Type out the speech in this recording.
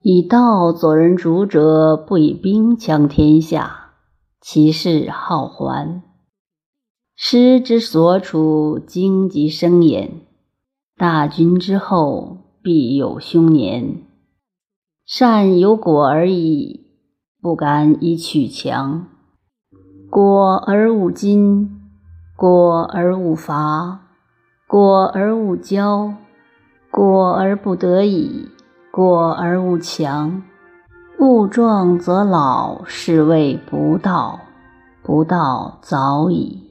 以道佐人主者，不以兵强天下，其势好还。师之所处，荆棘生焉，大军之后，必有凶年。善有果而已，不敢以取强。果而无金，果而无伐，果而无骄，果而不得已，果而无强。物壮则老，是谓不道，不道早已。